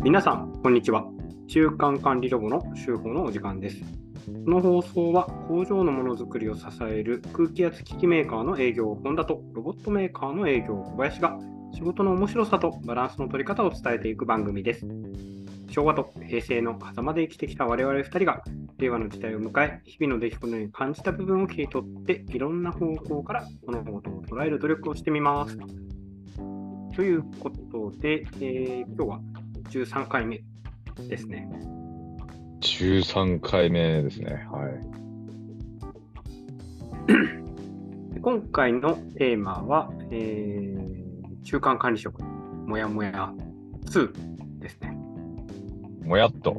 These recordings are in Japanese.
皆さん、こんにちは。中間管理ロボの週報のお時間です。この放送は工場のものづくりを支える空気圧機器メーカーの営業本田とロボットメーカーの営業小林が仕事の面白さとバランスの取り方を伝えていく番組です。昭和と平成の狭間で生きてきた我々2人が令和の時代を迎え、日々の出来事に感じた部分を切り取っていろんな方向から物事を捉える努力をしてみます。ということで、今日は13回目ですね。 13回目ですね。はい。 今回のテーマは、中間管理職もやもや2ですね。 もやっと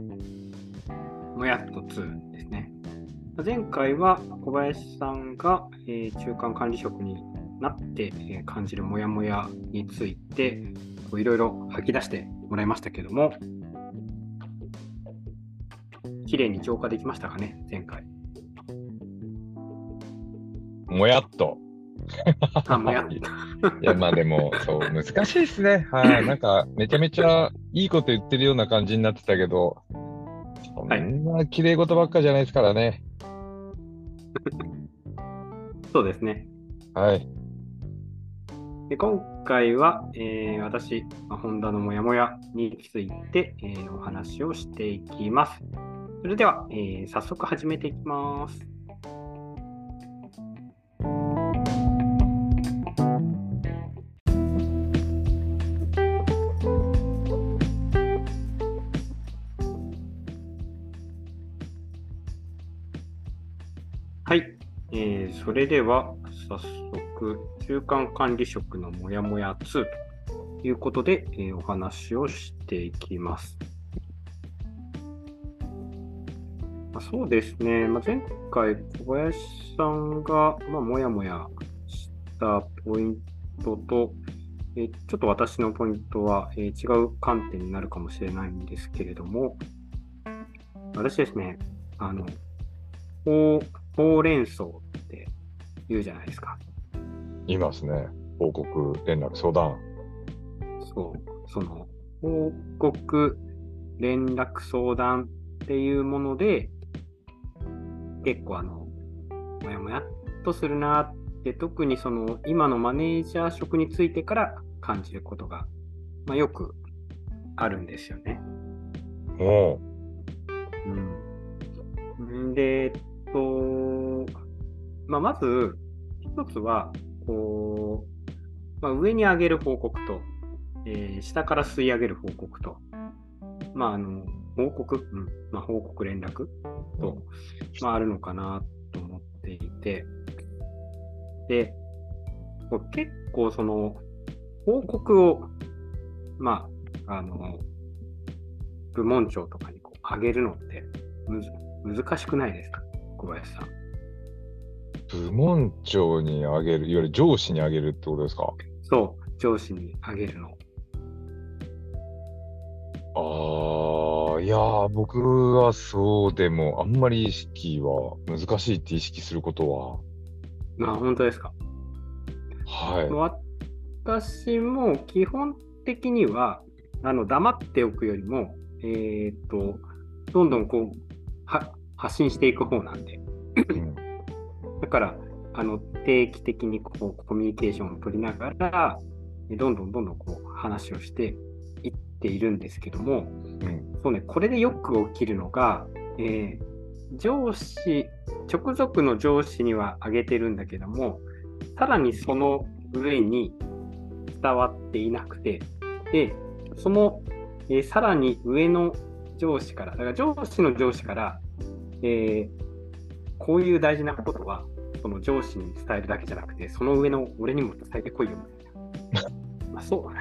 2ですね。前回は小林さんが、中間管理職になって、感じるもやもやについていろいろ吐き出してもらいましたけども、きれいに浄化できましたかね、前回。 もやっと。 もやっと。 いや、まあでも、そう、難しいですね。はい。なんか、めちゃめちゃいいこと言ってるような感じになってたけど、そんな綺麗事ばっかじゃないですからね。 そうですね。 はい。 で今回は、私、本田のもやもやについて、お話をしていきます。それでは、早速始めていきます。はい、それでは早速、中間管理職のもやもや2ということで、お話をしていきます。そうですね、前回小林さんが、もやもやしたポイントと、ちょっと私のポイントは、違う観点になるかもしれないんですけれども、私ですね、ほうれん草って言うじゃないですか。 言いますね。報告、連絡、相談。 そう、その報告、連絡、相談っていうもので、結構もやもやっとするなって、特にその今のマネージャー職についてから感じることが、よくあるんですよね。 おで、まず一つは上に上げる報告と、下から吸い上げる報告と、報告連絡と、あるのかなと思っていて、で、結構その報告を、部門長とかに上げるのって難しくないですか、小林さん。 部門長にあげる、いわゆる上司にあげるってことですか？ そう、上司にあげるの。 いやー、僕はそうでも、あんまり意識は、難しいって意識することは。 本当ですか。 はい。 私も基本的には黙っておくよりも、どんどん発信していく方なんで、だから定期的にコミュニケーションを取りながらどんどん話をしていっているんですけども、そうね、これでよく起きるのが、上司、直属の上司には上げてるんだけども、さらにその上に伝わっていなくて、で、その、さらに上の上司から、だから上司の上司から、こういう大事なことは、その上司に伝えるだけじゃなくて、その上の俺にも伝えてこいよみたいな。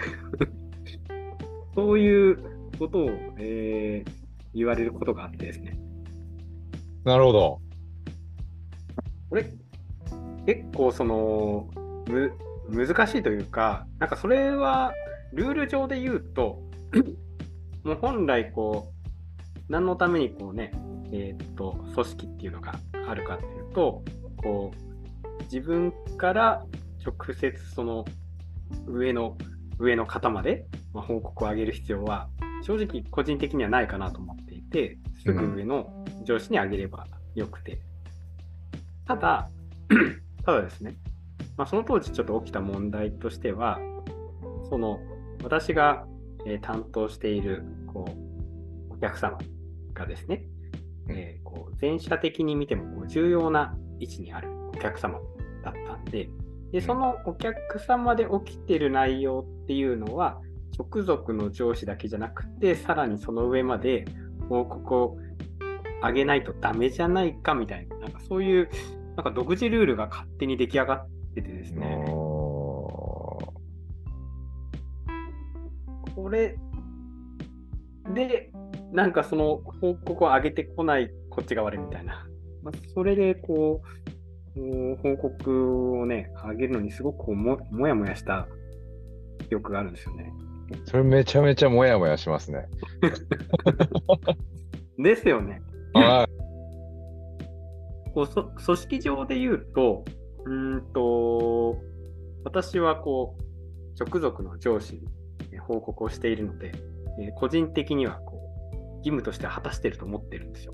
そういうことを、言われることがあってですね。 なるほど。 これ、結構難しいというか、それはルール上で言うと、もう本来何のために組織っていうのがあるかっていうと、自分から直接その上の方まで、報告を上げる必要は正直個人的にはないかなと思っていて、すぐ上の上司にあげればよくて。ただ、ただですね、その当時ちょっと起きた問題としては、私が担当しているお客様がですね、全社的に見ても重要な位置にあるお客様だったんで、そのお客様で起きている内容っていうのは、直属の上司だけじゃなくて、さらにその上まで報告を上げないとダメじゃないかみたいな、そういう独自ルールが勝手に出来上がっててですね。これで、その報告を上げてこないこっちが悪いみたいな。それで報告をね、上げるのにすごくもやもやした記憶があるんですよね。 それめちゃめちゃもやもやしますね。 ですよね。 はい。 組織上で言うと、私は直属の上司に報告をしているので、個人的には義務として果たしていると思ってるんですよ。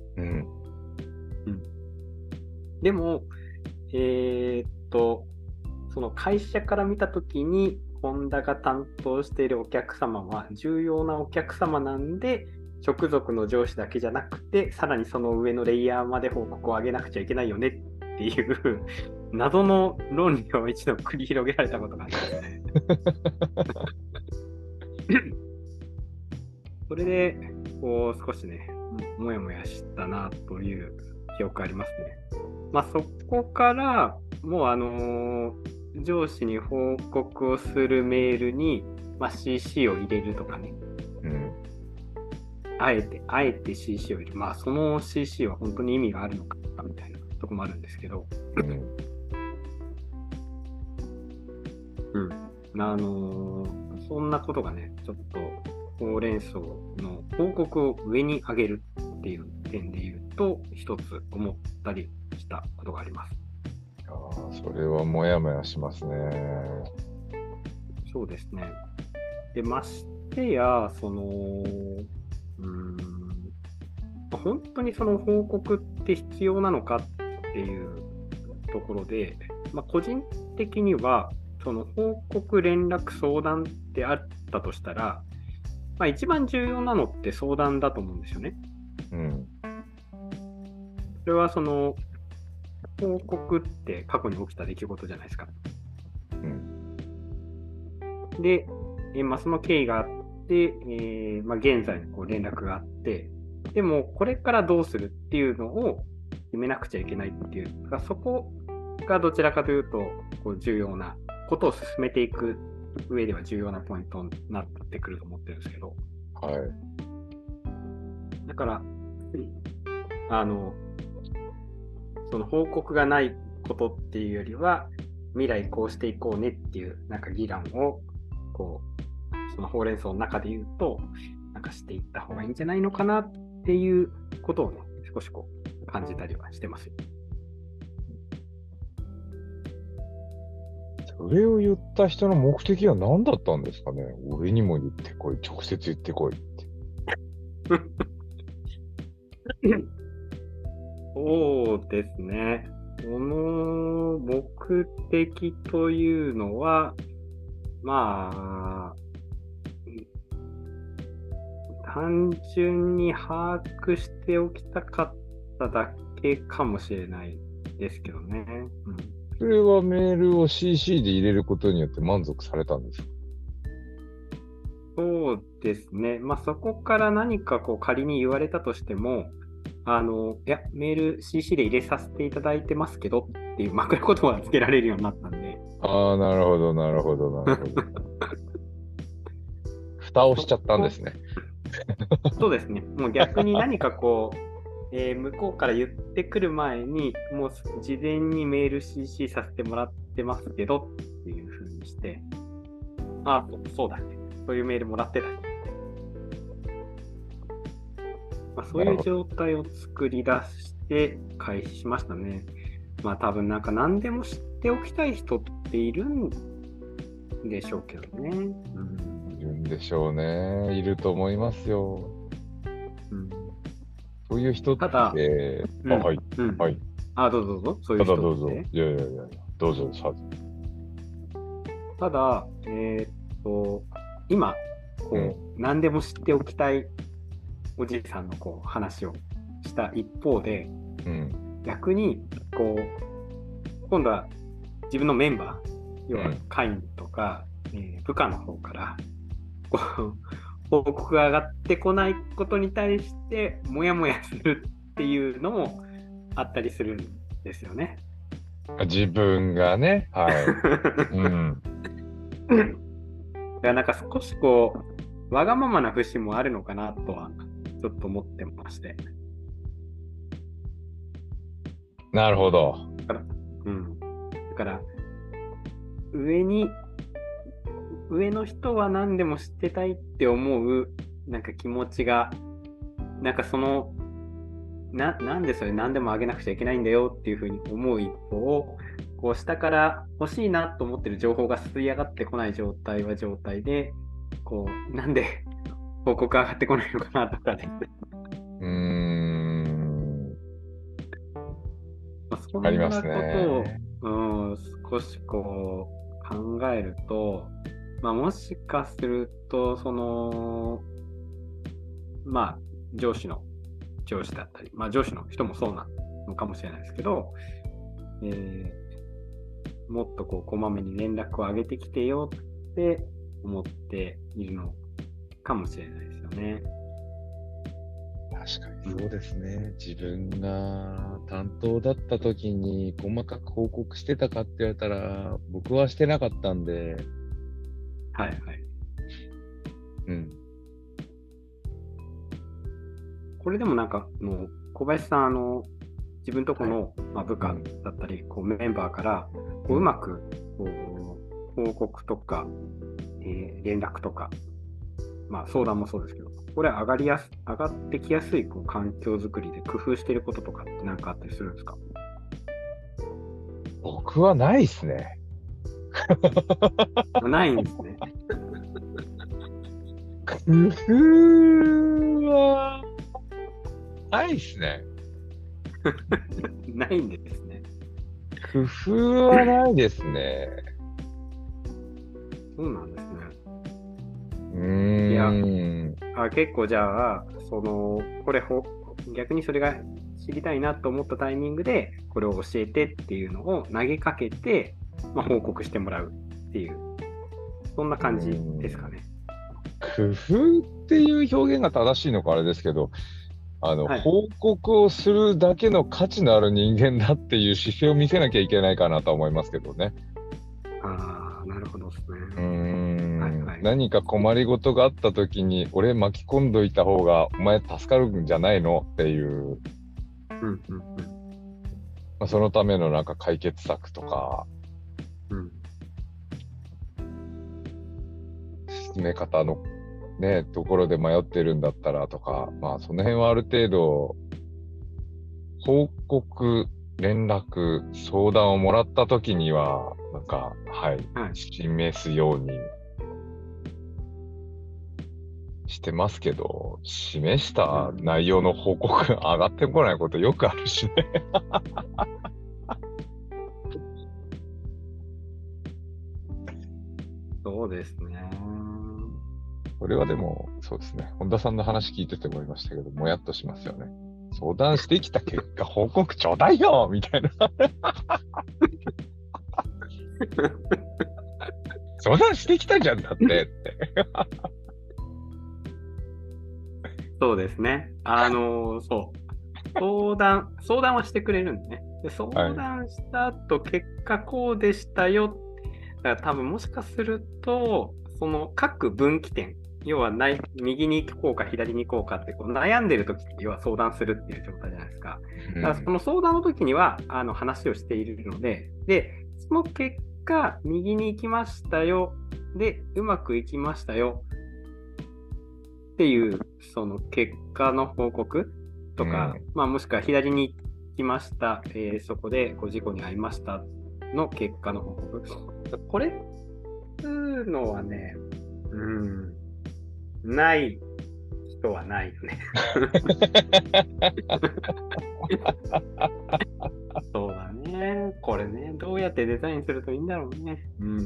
でも、その会社から見たときに、ホンダが担当しているお客様は重要なお客様なんで、直属の上司だけじゃなくて、さらにその上のレイヤーまで報告を上げなくちゃいけないよねっていう謎の論理を一度繰り広げられたことがありますね。それで少しね、もやもやしたなという記憶ありますね。そこからもう上司に報告をするメールに、CC を入れるとかね。あえて CC を入れる。その CC は本当に意味があるのかみたいなとこもあるんですけど。そんなことがね、ちょっとほうれん草の報告を上に上げるっていう点で言うと、一つ思ったりしたことがあります。 それはもやもやしますね。 そうですね。で、ましてや、本当にその報告って必要なのかっていうところで、個人的には、その報告、連絡、相談ってあったとしたら、一番重要なのって相談だと思うんですよね。それは報告って過去に起きた出来事じゃないですか。で、その経緯があって、現在の連絡があって、でもこれからどうするっていうのを決めなくちゃいけないっていう、そこがどちらかというと重要なことを進めていく上では重要なポイントになってくると思ってるんですけど、だからその報告がないことっていうよりは、未来こうしていこうねっていう議論をそのほうれん草の中で言うとしていった方がいいんじゃないのかなっていうことをね、少し感じたりはしてますよ。 それを言った人の目的は何だったんですかね。俺にも言ってこい、直接言ってこいって。 そうですね。この目的というのは、単純に把握しておきたかっただけかもしれないですけどね。 それはメールを CC で入れることによって満足されたんですか？ そうですね。そこから何か仮に言われたとしても、いや、メール CC で入れさせていただいてますけどっていう枕言葉がつけられるようになったんで。 なるほど、なるほど、なるほど。蓋をしちゃったんですね。 そうですね。もう逆に何か向こうから言ってくる前に、もう事前にメール CC させてもらってますけどっていう風にして、そうだね。そういうメールもらってたね。そういう状態を作り出して開始しましたね。多分何でも知っておきたい人っているんでしょうけどね。 るんでしょうね。いると思いますよ。 うん、 そういう人って、 ただ、 はい、 うん。 はい。 どうぞどうぞ、そういうただどうぞ。 人って。 いやいやいやいや、どうぞ、さただ、今、 うん、 何でも知っておきたいおじいさんの話をした一方で、 うん、 逆に、今度は自分のメンバー、要は会員とか、部下の方から、報告が上がってこないことに対して、もやもやするっていうのもあったりするんですよね。 自分がね、はい。うん。 だからなんか少しわがままな節もあるのかなとは、ちょっと思ってまして。 なるほど。 だから、だから上に、上の人は何でも知ってたいって思う、なんか気持ちが、なんかなんでそれ何でもあげなくちゃいけないんだよっていうふうに思う一方、下から欲しいなと思ってる情報が吸い上がってこない状態は状態で、なんで報告上がってこないのかなとかですね。 うーん。 そありますんなことを、 ね。 少し考えると、もしかすると、上司の上司だったり、上司の人もそうなのかもしれないですけど、もっとこまめに連絡を上げてきてよって思っているのかもしれないですよね。 確かにそうですね。自分が担当だった時に細かく報告してたかって言われたら、僕はしてなかったんで、 はいはい。 うん。 これでもなんか、小林さん、自分とこの、部下うん。 だったり、メンバーからうまく報告とか、連絡とか、相談もそうですけど、これ上がってきやすい環境づくりで工夫していることとかって何かあったりするんですか？ 僕はないっすね。 ないんですね。 工夫はないっすね。 ないんですね。 工夫はないですね。 そうなんですね。 ういや、 ーん。 結構じゃあ、逆にそれが知りたいなと思ったタイミングで、これを教えてっていうのを投げかけて、報告してもらうっていう、そんな感じですかね。 工夫っていう表現が正しいのかあれですけど、 はい。 報告をするだけの価値のある人間だっていう姿勢を見せなきゃいけないかなとは思いますけどね。 なるほどですね。はいはい。 何か困りごとがあった時に、俺巻き込んどいた方がお前助かるんじゃないのっていう、 うんうんそのためのなんか解決策とか、 うん。 進め方のね、ところで迷ってるんだったらとか、その辺はある程度、報告、連絡、相談をもらった時には、なんか、はい、 はい。 示すようにしてますけど、示した内容の報告が上がってこないことよくあるしね。 そうですね。 これはでも、そうですね。本田さんの話聞いてて思いましたけど、もやっとしますよね。相談してきた結果、報告ちょうだいよみたいな。相談してきたじゃんだってって。 そうですね。そう。相談はしてくれるんでね。で、相はい。 談した後、結果こうでしたよ。だから多分もしかすると、その各分岐点、要は右に行こうか左に行こうかって悩んでる時に要は相談するっていう状態じゃないですか。だからその相談の時には話をしているので、その結果、右に行きましたよ。で、うまくいきましたよ。っていう、その結果の報告とか、もしくは左に行きました、そこで事故に遭いましたの結果の報告。これっていうのはね、 ない人はないよね。そうだね。これね、どうやってデザインするといいんだろうね。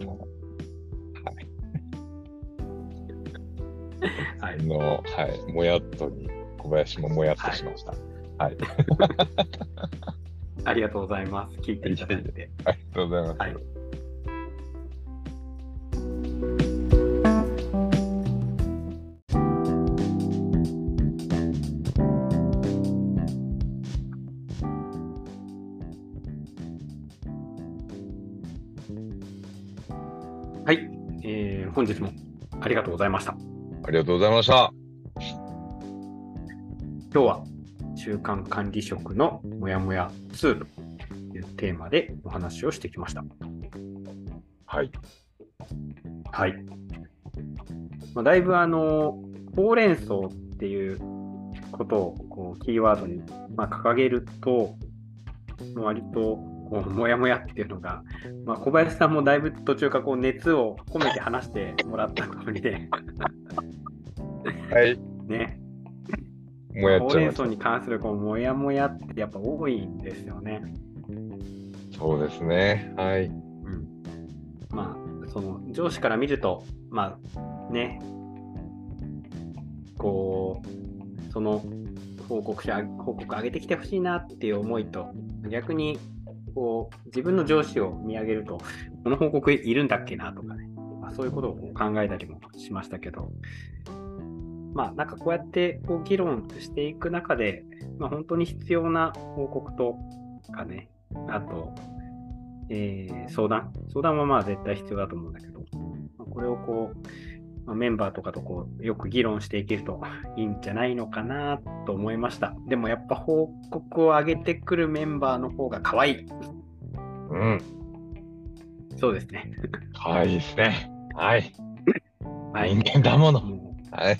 はい。もやっとに、小林ももやっとしました。はい。 ありがとうございます。聞いていただいて。 ありがとうございます。 はい。はい、本日もありがとうございました。 ありがとうございました。 今日は中間管理職のもやもや2というテーマでお話をしてきました。 はい。 はい。だいぶほうれん草っていうことをこうキーワードに掲げると、割とこうもやもやっていうのが、小林さんもだいぶ途中からこう熱を込めて話してもらった通りで、 はい。 ね。 もやっちゃいました。 ほうれん草に関するこうもやもやってやっぱ多いんですよね。 そうですね。はい。 その上司から見ると、ね、こうその報告上げてきてほしいなっていう思いと、逆にこう自分の上司を見上げると、この報告いるんだっけなとかね、そういうことを考えたりもしましたけど、なんかこうやってこう議論していく中で、本当に必要な報告とかね、あと、相談は絶対必要だと思うんだけど、これをこう、メンバーとかとこうよく議論していけるといいんじゃないのかなと思いました。でもやっぱ報告を上げてくるメンバーの方が可愛い。そうですね。 可愛いですね。はい。 人間だもの。はい。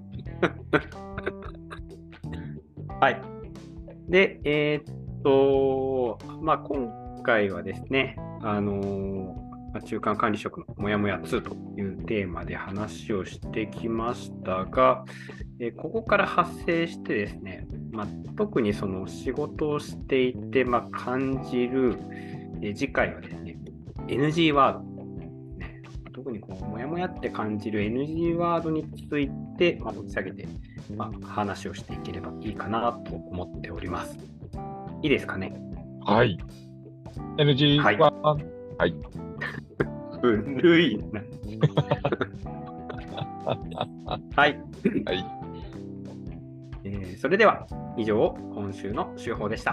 はい。で、今回はですね、中間管理職のもやもや2というテーマで話をしてきましたが、ここから発生してですね、特にその仕事をしていて感じる、次回はですね、NG ワード。特にこうもやもやって感じる NG ワードについて掘り下げて、話をしていければいいかなと思っております。いいですかね。 はい。NG ワード。はい。 古いな。はい。 はい。 それでは以上、今週の週報でした。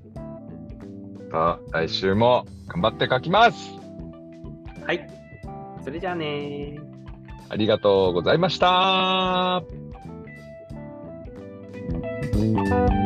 来週も頑張って書きます。 はい。それじゃあね。 ありがとうございました。